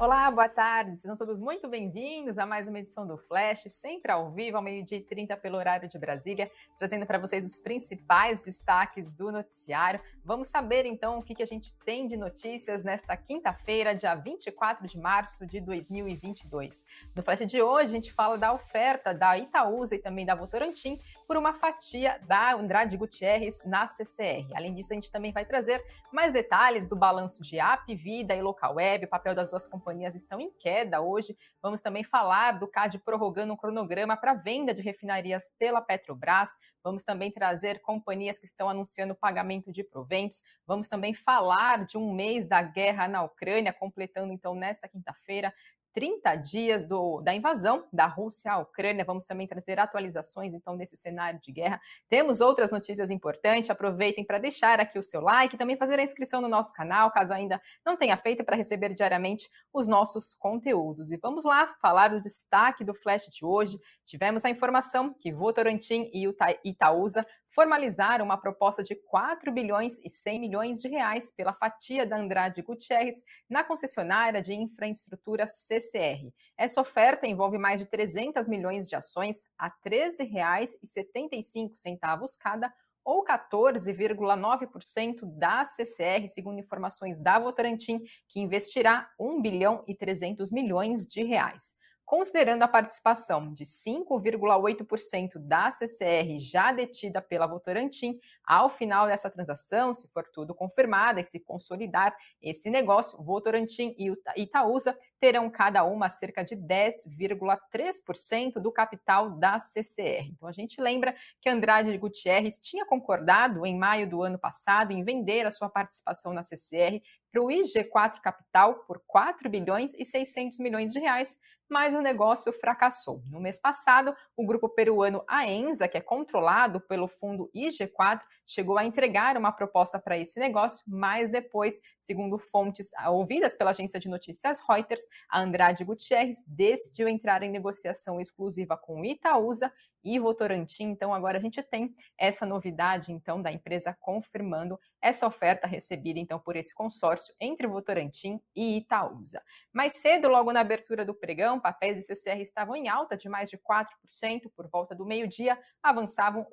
Olá, boa tarde, sejam todos muito bem-vindos a mais uma edição do Flash, sempre ao vivo, ao 12h30 pelo horário de Brasília, trazendo para vocês os principais destaques do noticiário. Vamos saber então o que a gente tem de notícias nesta quinta-feira, dia 24 de março de 2022. No Flash de hoje, a gente fala da oferta da Itaúsa e também da Votorantim por uma fatia da Andrade Gutierrez na CCR. Além disso, a gente também vai trazer mais detalhes do balanço de Apvida e Localweb, o papel das duas companhias estão em queda hoje. Vamos também falar do CAD prorrogando um cronograma para venda de refinarias pela Petrobras. Vamos também trazer companhias que estão anunciando pagamento de proventos. Vamos também falar de um mês da guerra na Ucrânia, completando então nesta quinta-feira 30 dias da invasão da Rússia à Ucrânia. Vamos também trazer atualizações, então, desse cenário de guerra. Temos outras notícias importantes. Aproveitem para deixar aqui o seu like e também fazer a inscrição no nosso canal, caso ainda não tenha feito, para receber diariamente os nossos conteúdos. E vamos lá falar do destaque do Flash de hoje. Tivemos a informação que Votorantim e Itaúsa formalizaram uma proposta de 4 bilhões e 100 milhões de reais pela fatia da Andrade Gutierrez na concessionária de infraestrutura CCR. Essa oferta envolve mais de 300 milhões de ações a R$ 13,75 cada, ou 14,9% da CCR, segundo informações da Votorantim, que investirá 1 bilhão e 300 milhões de reais. Considerando a participação de 5,8% da CCR já detida pela Votorantim, ao final dessa transação, se for tudo confirmado e se consolidar esse negócio, Votorantim e Itaúsa terão cada uma cerca de 10,3% do capital da CCR. Então a gente lembra que Andrade Gutierrez tinha concordado em maio do ano passado em vender a sua participação na CCR para o IG4 Capital por 4 bilhões e 600 milhões de reais, mas o negócio fracassou. No mês passado, o grupo peruano Aenza, que é controlado pelo fundo IG4, chegou a entregar uma proposta para esse negócio, mas depois, segundo fontes ouvidas pela agência de notícias Reuters, a Andrade Gutierrez decidiu entrar em negociação exclusiva com Itaúsa e Votorantim. Então agora a gente tem essa novidade então da empresa confirmando essa oferta recebida então por esse consórcio entre Votorantim e Itaúsa. Mais cedo, logo na abertura do pregão, papéis de CCR estavam em alta de mais de 4%, por volta do meio-dia avançavam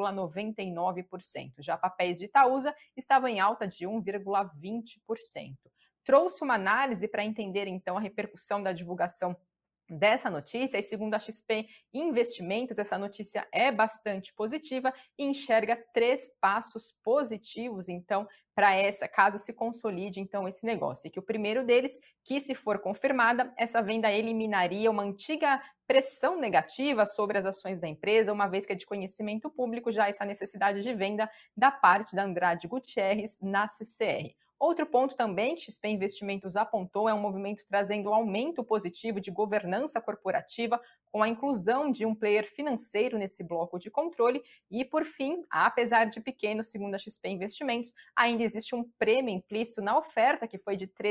1,99%. Já papéis de Itaúsa estavam em alta de 1,20%. Trouxe uma análise para entender então a repercussão da divulgação dessa notícia, e segundo a XP Investimentos, essa notícia é bastante positiva e enxerga 3 passos positivos, então, para caso se consolide, então, esse negócio. E que o primeiro deles, que se for confirmada, essa venda eliminaria uma antiga pressão negativa sobre as ações da empresa, uma vez que é de conhecimento público já essa necessidade de venda da parte da Andrade Gutierrez na CCR. Outro ponto também que XP Investimentos apontou é um movimento trazendo um aumento positivo de governança corporativa com a inclusão de um player financeiro nesse bloco de controle e, por fim, apesar de pequeno, segundo a XP Investimentos, ainda existe um prêmio implícito na oferta que foi de R$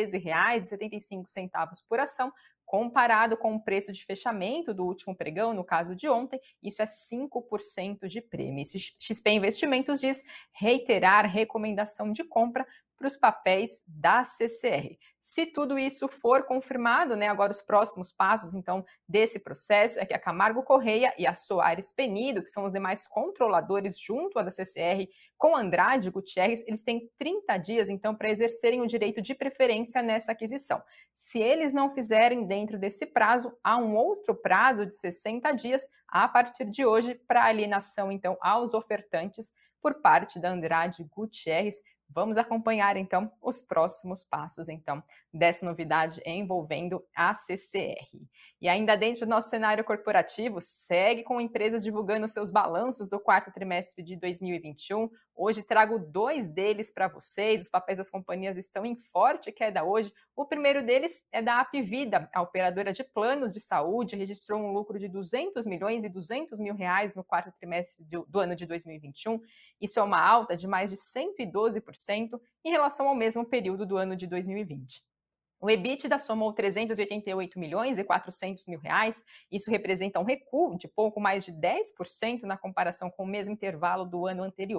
13,75 por ação, comparado com o preço de fechamento do último pregão, no caso de ontem, isso é 5% de prêmio. Esse XP Investimentos diz reiterar recomendação de compra para os papéis da CCR. Se tudo isso for confirmado, agora os próximos passos, então, desse processo é que a Camargo Correia e a Soares Penido, que são os demais controladores junto à da CCR, com Andrade Gutierrez, eles têm 30 dias, então, para exercerem o direito de preferência nessa aquisição. Se eles não fizerem dentro desse prazo, há um outro prazo de 60 dias, a partir de hoje, para alienação, então, aos ofertantes por parte da Andrade Gutierrez. Vamos acompanhar, então, os próximos passos, então, dessa novidade envolvendo a CCR. E ainda dentro do nosso cenário corporativo, segue com empresas divulgando seus balanços do quarto trimestre de 2021. Hoje trago 2 deles para vocês. Os papéis das companhias estão em forte queda hoje. O primeiro deles é da Apvida, a operadora de planos de saúde, registrou um lucro de 200 milhões e 200 mil reais no quarto trimestre do ano de 2021. Isso é uma alta de mais de 112% em relação ao mesmo período do ano de 2020. O EBITDA somou 388 milhões e 400 mil reais, isso representa um recuo de pouco mais de 10% na comparação com o mesmo intervalo do ano anterior.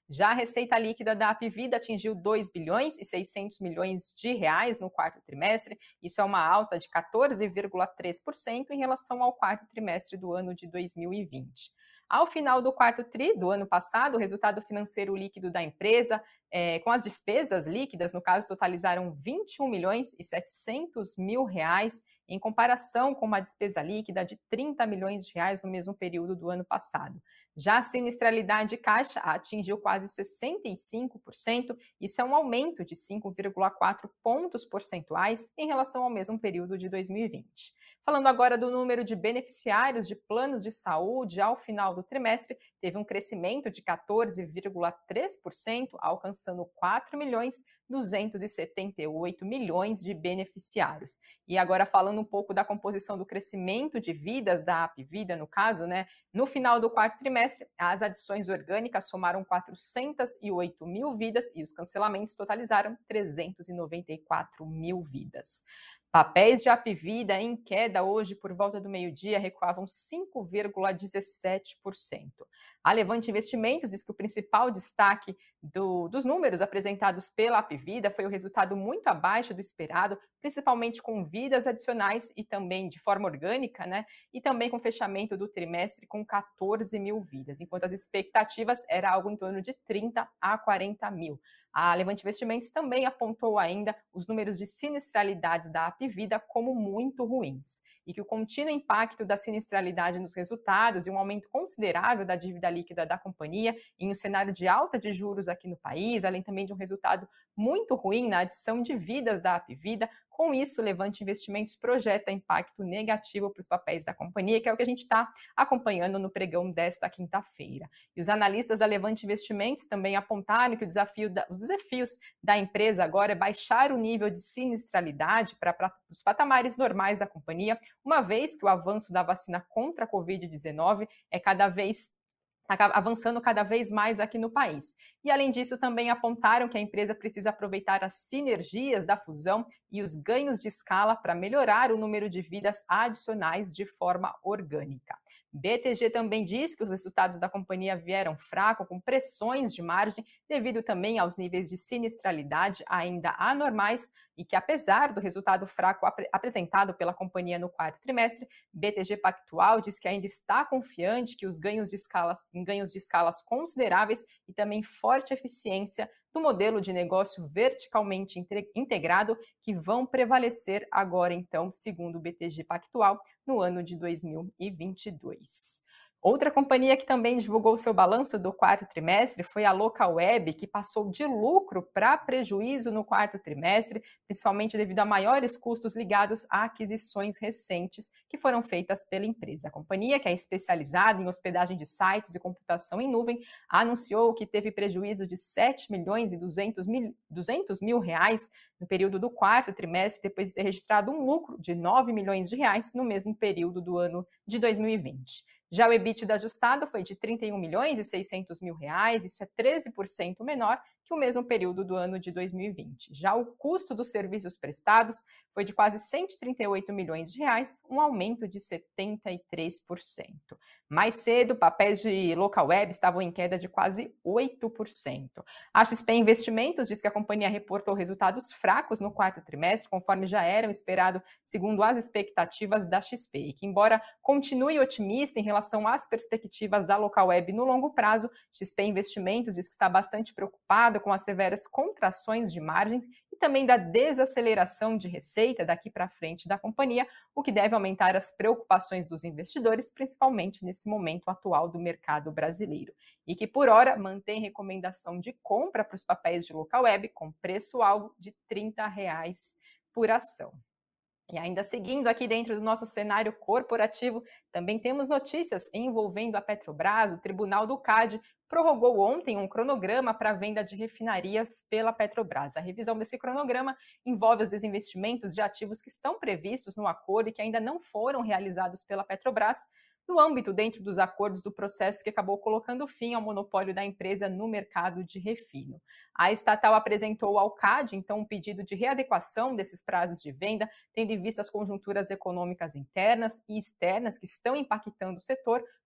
Já a receita líquida da Hapvida atingiu 2 bilhões e 600 milhões de reais no quarto trimestre. Isso é uma alta de 14,3% em relação ao quarto trimestre do ano de 2020. Ao final do quarto TRI do ano passado, o resultado financeiro líquido da empresa, com as despesas líquidas, no caso, totalizaram 21 milhões e 700 mil reais, em comparação com uma despesa líquida de 30 milhões de reais no mesmo período do ano passado. Já a sinistralidade de caixa atingiu quase 65%, isso é um aumento de 5,4 pontos percentuais em relação ao mesmo período de 2020. Falando agora do número de beneficiários de planos de saúde ao final do trimestre, teve um crescimento de 14,3%, alcançando 4 milhões 278 milhões de beneficiários. E agora falando um pouco da composição do crescimento de vidas da Hapvida, no caso, no final do quarto trimestre, as adições orgânicas somaram 408 mil vidas e os cancelamentos totalizaram 394 mil vidas. Papéis de Hapvida em queda hoje por volta do meio-dia recuavam 5,17%. A Levante Investimentos diz que o principal destaque dos números apresentados pela Hapvida foi o resultado muito abaixo do esperado, principalmente com vidas adicionais e também de forma orgânica, e também com fechamento do trimestre com 14 mil vidas, enquanto as expectativas era algo em torno de 30 a 40 mil. A Levante Investimentos também apontou ainda os números de sinistralidades da Hapvida como muito ruins e que o contínuo impacto da sinistralidade nos resultados e um aumento considerável da dívida líquida da companhia em um cenário de alta de juros aqui no país, além também de um resultado muito ruim na adição de vidas da Hapvida. Com isso, o Levante Investimentos projeta impacto negativo para os papéis da companhia, que é o que a gente está acompanhando no pregão desta quinta-feira. E os analistas da Levante Investimentos também apontaram que os desafios da empresa agora é baixar o nível de sinistralidade para os patamares normais da companhia, uma vez que o avanço da vacina contra a Covid-19 está avançando cada vez mais aqui no país. E, além disso, também apontaram que a empresa precisa aproveitar as sinergias da fusão e os ganhos de escala para melhorar o número de vidas adicionais de forma orgânica. BTG também diz que os resultados da companhia vieram fracos, com pressões de margem, devido também aos níveis de sinistralidade ainda anormais e que, apesar do resultado fraco apresentado pela companhia no quarto trimestre, BTG Pactual diz que ainda está confiante que os ganhos de escalas consideráveis e também forte eficiência do modelo de negócio verticalmente integrado que vão prevalecer agora, então, segundo o BTG Pactual, no ano de 2022. Outra companhia que também divulgou seu balanço do quarto trimestre foi a Locaweb, que passou de lucro para prejuízo no quarto trimestre, principalmente devido a maiores custos ligados a aquisições recentes que foram feitas pela empresa. A companhia, que é especializada em hospedagem de sites e computação em nuvem, anunciou que teve prejuízo de 7 milhões e 200 mil reais no período do quarto trimestre, depois de ter registrado um lucro de 9 milhões de reais no mesmo período do ano de 2020. Já o EBITDA ajustado foi de 31 milhões e 600 mil reais, isso é 13% menor que o mesmo período do ano de 2020. Já o custo dos serviços prestados foi de quase 138 milhões de reais, um aumento de 73%. Mais cedo, papéis de Locaweb estavam em queda de quase 8%. A XP Investimentos diz que a companhia reportou resultados fracos no quarto trimestre, conforme já eram esperado segundo as expectativas da XP, e que, embora continue otimista em relação às perspectivas da Locaweb no longo prazo, XP Investimentos diz que está bastante preocupada com as severas contrações de margens e também da desaceleração de receita daqui para frente da companhia, o que deve aumentar as preocupações dos investidores, principalmente nesse momento atual do mercado brasileiro. E que, por hora, mantém recomendação de compra para os papéis de Locaweb com preço-alvo de R$ 30 por ação. E ainda seguindo aqui dentro do nosso cenário corporativo, também temos notícias envolvendo a Petrobras. O Tribunal do CAD prorrogou ontem um cronograma para a venda de refinarias pela Petrobras. A revisão desse cronograma envolve os desinvestimentos de ativos que estão previstos no acordo e que ainda não foram realizados pela Petrobras, no âmbito dentro dos acordos do processo que acabou colocando fim ao monopólio da empresa no mercado de refino. A estatal apresentou ao CAD, então, um pedido de readequação desses prazos de venda, tendo em vista as conjunturas econômicas internas e externas que estão impactando o setor,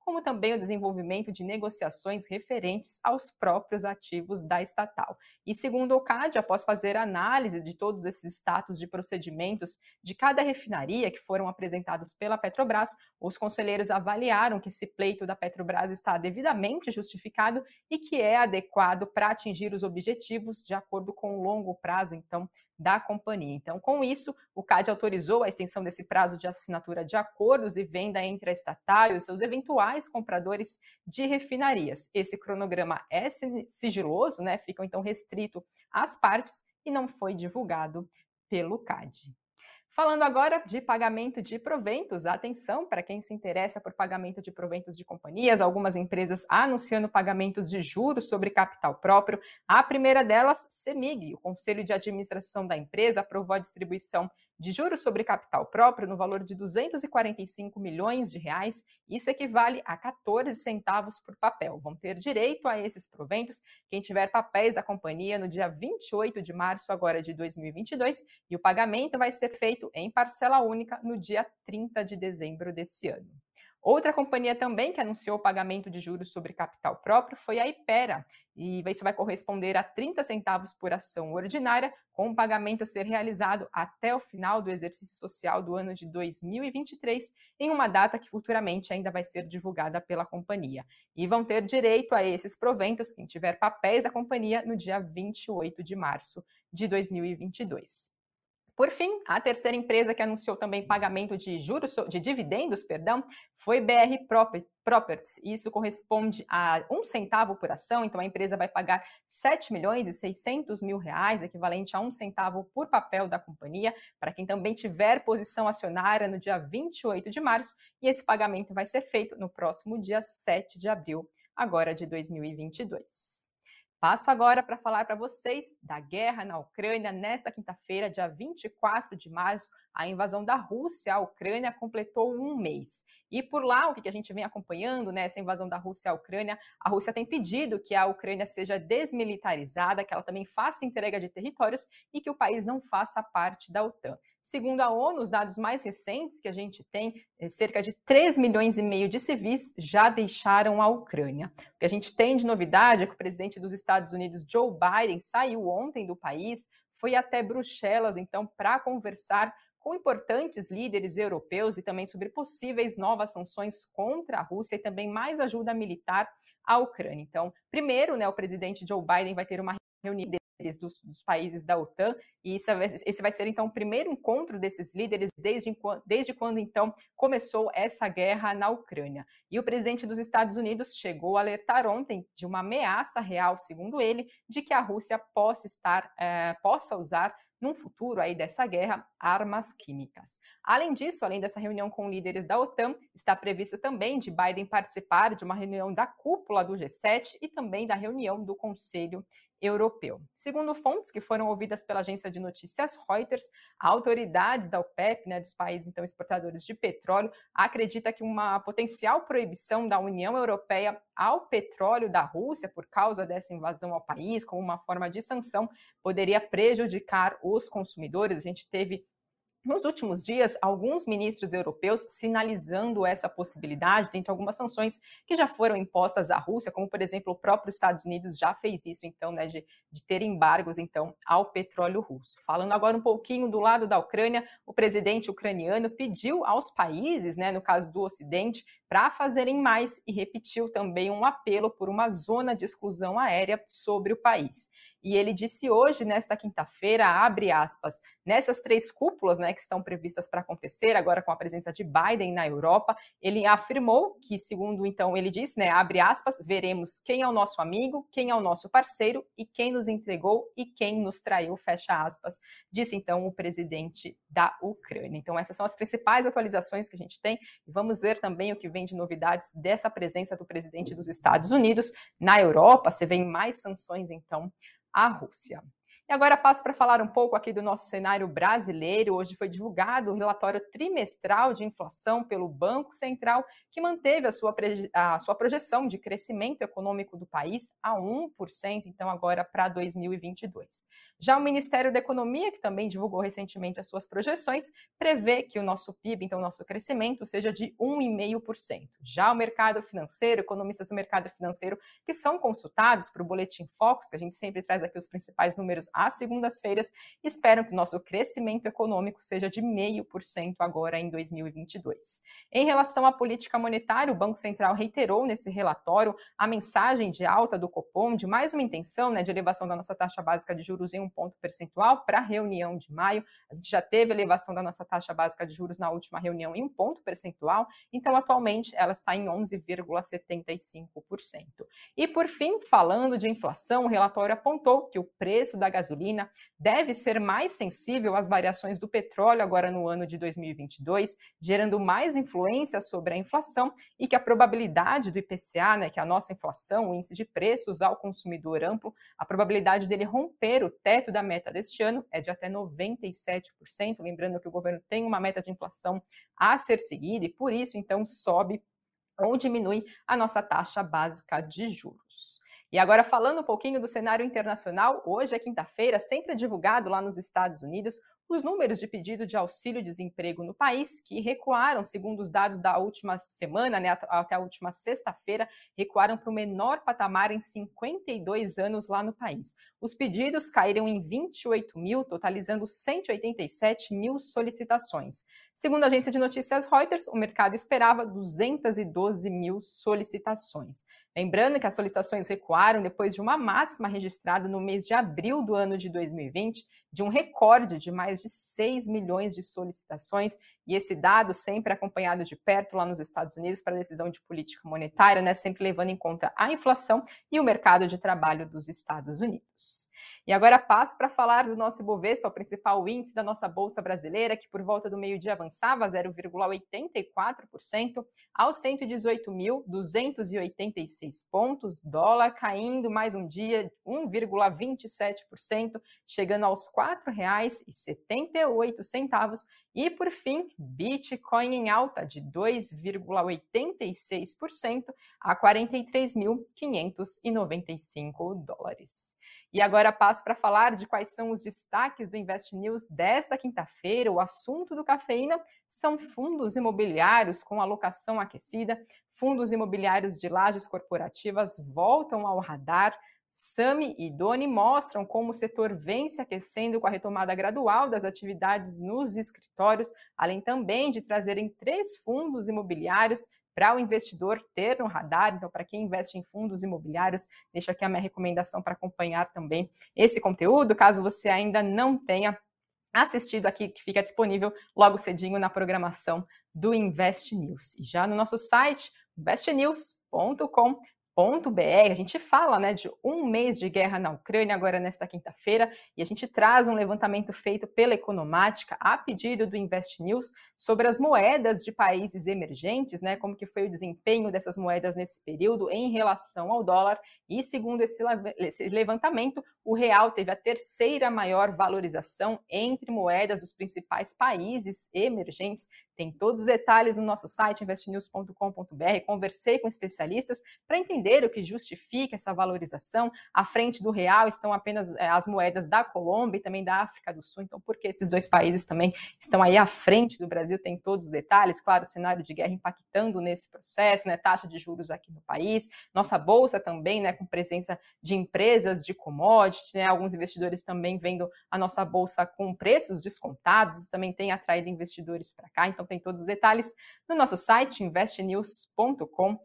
como também o desenvolvimento de negociações referentes aos próprios ativos da estatal. E segundo o CAD, após fazer análise de todos esses status de procedimentos de cada refinaria que foram apresentados pela Petrobras, os conselheiros avaliaram que esse pleito da Petrobras está devidamente justificado e que é adequado para atingir os objetivos de acordo com o longo prazo, então, da companhia. Então, com isso, o CAD autorizou a extensão desse prazo de assinatura de acordos e venda entre a estatal e os seus eventuais compradores de refinarias. Esse cronograma é sigiloso, né? Fica então restrito às partes e não foi divulgado pelo CAD. Falando agora de pagamento de proventos, atenção para quem se interessa por pagamento de proventos de companhias, algumas empresas anunciando pagamentos de juros sobre capital próprio. A primeira delas, CEMIG, o Conselho de Administração da empresa, aprovou a distribuição de juros sobre capital próprio no valor de R$ 245 milhões. Isso equivale a 14 centavos por papel. Vão ter direito a esses proventos quem tiver papéis da companhia no dia 28 de março agora de 2022 e o pagamento vai ser feito em parcela única no dia 30 de dezembro desse ano. Outra companhia também que anunciou o pagamento de juros sobre capital próprio foi a Hypera, e isso vai corresponder a 30 centavos por ação ordinária, com o pagamento a ser realizado até o final do exercício social do ano de 2023, em uma data que futuramente ainda vai ser divulgada pela companhia. E vão ter direito a esses proventos quem tiver papéis da companhia no dia 28 de março de 2022. Por fim, a terceira empresa que anunciou também pagamento de dividendos, foi BR Properties. Isso corresponde a 1 centavo por ação, então a empresa vai pagar 7 milhões e 600 mil reais, equivalente a 1 centavo por papel da companhia, para quem também tiver posição acionária no dia 28 de março, e esse pagamento vai ser feito no próximo dia 7 de abril, agora de 2022. Passo agora para falar para vocês da guerra na Ucrânia. Nesta quinta-feira, dia 24 de março, a invasão da Rússia à Ucrânia completou um mês. E por lá, o que a gente vem acompanhando, né, essa invasão da Rússia à Ucrânia, a Rússia tem pedido que a Ucrânia seja desmilitarizada, que ela também faça entrega de territórios e que o país não faça parte da OTAN. Segundo a ONU, os dados mais recentes que a gente tem, cerca de 3 milhões e meio de civis já deixaram a Ucrânia. O que a gente tem de novidade é que o presidente dos Estados Unidos, Joe Biden, saiu ontem do país, foi até Bruxelas, então, para conversar com importantes líderes europeus e também sobre possíveis novas sanções contra a Rússia e também mais ajuda militar à Ucrânia. Então, primeiro, né, o presidente Joe Biden vai ter uma reunião dos países da OTAN, e esse vai ser, então, o primeiro encontro desses líderes desde quando, então, começou essa guerra na Ucrânia. E o presidente dos Estados Unidos chegou a alertar ontem de uma ameaça real, segundo ele, de que a Rússia possa usar num futuro aí dessa guerra, armas químicas. Além disso, além dessa reunião com líderes da OTAN, está previsto também de Biden participar de uma reunião da cúpula do G7 e também da reunião do Conselho Europeu. Segundo fontes que foram ouvidas pela agência de notícias Reuters, autoridades da OPEP, né, dos países então exportadores de petróleo, acredita que uma potencial proibição da União Europeia ao petróleo da Rússia por causa dessa invasão ao país, como uma forma de sanção, poderia prejudicar os consumidores. A gente teve nos últimos dias, alguns ministros europeus sinalizando essa possibilidade, dentro de algumas sanções que já foram impostas à Rússia, como, por exemplo, o próprio Estados Unidos já fez isso, então, né, de ter embargos, então, ao petróleo russo. Falando agora um pouquinho do lado da Ucrânia, o presidente ucraniano pediu aos países, né, no caso do Ocidente, para fazerem mais e repetiu também um apelo por uma zona de exclusão aérea sobre o país. E ele disse hoje, nesta quinta-feira, abre aspas, nessas 3 cúpulas, né, que estão previstas para acontecer, agora com a presença de Biden na Europa, ele afirmou que, segundo, então, ele disse, né, abre aspas, veremos quem é o nosso amigo, quem é o nosso parceiro e quem nos entregou e quem nos traiu, fecha aspas, disse, então, o presidente da Ucrânia. Então, essas são as principais atualizações que a gente tem e vamos ver também o que vem de novidades dessa presença do presidente dos Estados Unidos na Europa. Você vê mais sanções, então, à Rússia. E agora passo para falar um pouco aqui do nosso cenário brasileiro. Hoje foi divulgado o relatório trimestral de inflação pelo Banco Central, que manteve a sua projeção de crescimento econômico do país a 1%, então agora para 2022. Já o Ministério da Economia, que também divulgou recentemente as suas projeções, prevê que o nosso PIB, então o nosso crescimento, seja de 1,5%. Já o mercado financeiro, economistas do mercado financeiro, que são consultados para o Boletim Focus, que a gente sempre traz aqui os principais números às segundas-feiras, esperam que o nosso crescimento econômico seja de 0,5% agora em 2022. Em relação à política monetária, o Banco Central reiterou nesse relatório a mensagem de alta do Copom, de mais uma intenção, de elevação da nossa taxa básica de juros em 1 ponto percentual para a reunião de maio. A gente já teve elevação da nossa taxa básica de juros na última reunião em 1 ponto percentual, então atualmente ela está em 11,75%. E por fim, falando de inflação, o relatório apontou que o preço da gasolina deve ser mais sensível às variações do petróleo agora no ano de 2022, gerando mais influência sobre a inflação e que a probabilidade do IPCA, que é a nossa inflação, o índice de preços ao consumidor amplo, a probabilidade dele romper o teto da meta deste ano é de até 97%, lembrando que o governo tem uma meta de inflação a ser seguida e por isso então sobe ou diminui a nossa taxa básica de juros. E agora falando um pouquinho do cenário internacional, hoje é quinta-feira, sempre é divulgado lá nos Estados Unidos os números de pedido de auxílio-desemprego no país, que recuaram, segundo os dados da última semana, até a última sexta-feira, recuaram para o menor patamar em 52 anos lá no país. Os pedidos caíram em 28 mil, totalizando 187 mil solicitações. Segundo a agência de notícias Reuters, o mercado esperava 212 mil solicitações. Lembrando que as solicitações recuaram depois de uma máxima registrada no mês de abril do ano de 2020, de um recorde de mais de 6 milhões de solicitações, e esse dado sempre acompanhado de perto lá nos Estados Unidos para a decisão de política monetária, sempre levando em conta a inflação e o mercado de trabalho dos Estados Unidos. E agora passo para falar do nosso Ibovespa, o principal índice da nossa Bolsa Brasileira, que por volta do meio-dia avançava 0,84% aos 118.286 pontos, dólar caindo mais um dia 1,27%, chegando aos R$ 4,78. E, por fim, Bitcoin em alta de 2,86% a 43.595 dólares. E agora passo para falar de quais são os destaques do Invest News desta quinta-feira. O assunto do Cafeína são fundos imobiliários com alocação aquecida. Fundos imobiliários de lajes corporativas voltam ao radar. Sami e Doni mostram como o setor vem se aquecendo com a retomada gradual das atividades nos escritórios, além também de trazerem 3 fundos imobiliários para o investidor ter no radar. Então, para quem investe em fundos imobiliários, deixo aqui a minha recomendação para acompanhar também esse conteúdo, caso você ainda não tenha assistido aqui, que fica disponível logo cedinho na programação do Invest News. E já no nosso site, investnews.com.br, a gente fala de um mês de guerra na Ucrânia, agora nesta quinta-feira, e a gente traz um levantamento feito pela Economática a pedido do Invest News sobre as moedas de países emergentes, como que foi o desempenho dessas moedas nesse período em relação ao dólar, e segundo esse levantamento, o real teve a terceira maior valorização entre moedas dos principais países emergentes. Tem todos os detalhes no nosso site, investnews.com.br. Conversei com especialistas para entender o que justifica essa valorização. À frente do real estão apenas as moedas da Colômbia e também da África do Sul. Então, por que esses dois países também estão aí à frente do Brasil? Tem todos os detalhes. Claro, o cenário de guerra impactando nesse processo, taxa de juros aqui no país. Nossa bolsa também, com presença de empresas de commodities, alguns investidores também vendo a nossa bolsa com preços descontados. Isso também tem atraído investidores para cá. Então, tem todos os detalhes no nosso site, investnews.com.br.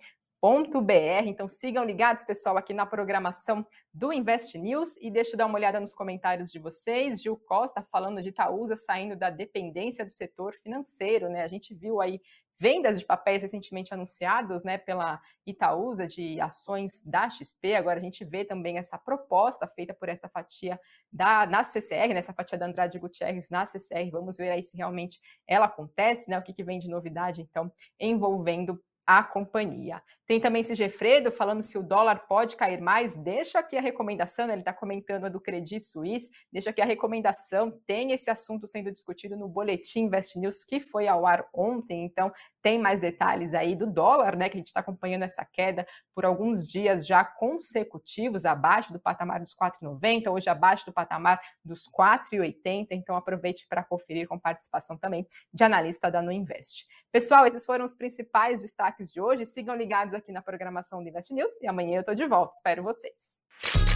Então sigam ligados, pessoal, aqui na programação do Invest News e deixa eu dar uma olhada nos comentários de vocês. Gil Costa falando de Itaúsa saindo da dependência do setor financeiro, A gente viu aí vendas de papéis recentemente anunciados, pela Itaúsa de ações da XP. Agora a gente vê também essa proposta feita por essa fatia na CCR, essa fatia da Andrade Gutierrez na CCR. Vamos ver aí se realmente ela acontece, o que vem de novidade, então, envolvendo a companhia. Tem também Sigefredo falando se o dólar pode cair mais. Deixa aqui a recomendação, né? Ele está comentando a do Credit Suisse. Deixa aqui a recomendação. Tem esse assunto sendo discutido no Boletim Invest News que foi ao ar ontem. Então, tem mais detalhes aí do dólar, né? Que a gente está acompanhando essa queda por alguns dias já consecutivos, abaixo do patamar dos 4,90, hoje abaixo do patamar dos 4,80. Então, aproveite para conferir com participação também de analista da Nuinvest. Pessoal, esses foram os principais destaques de hoje. Sigam ligados aqui na programação do Invest News e amanhã eu estou de volta. Espero vocês.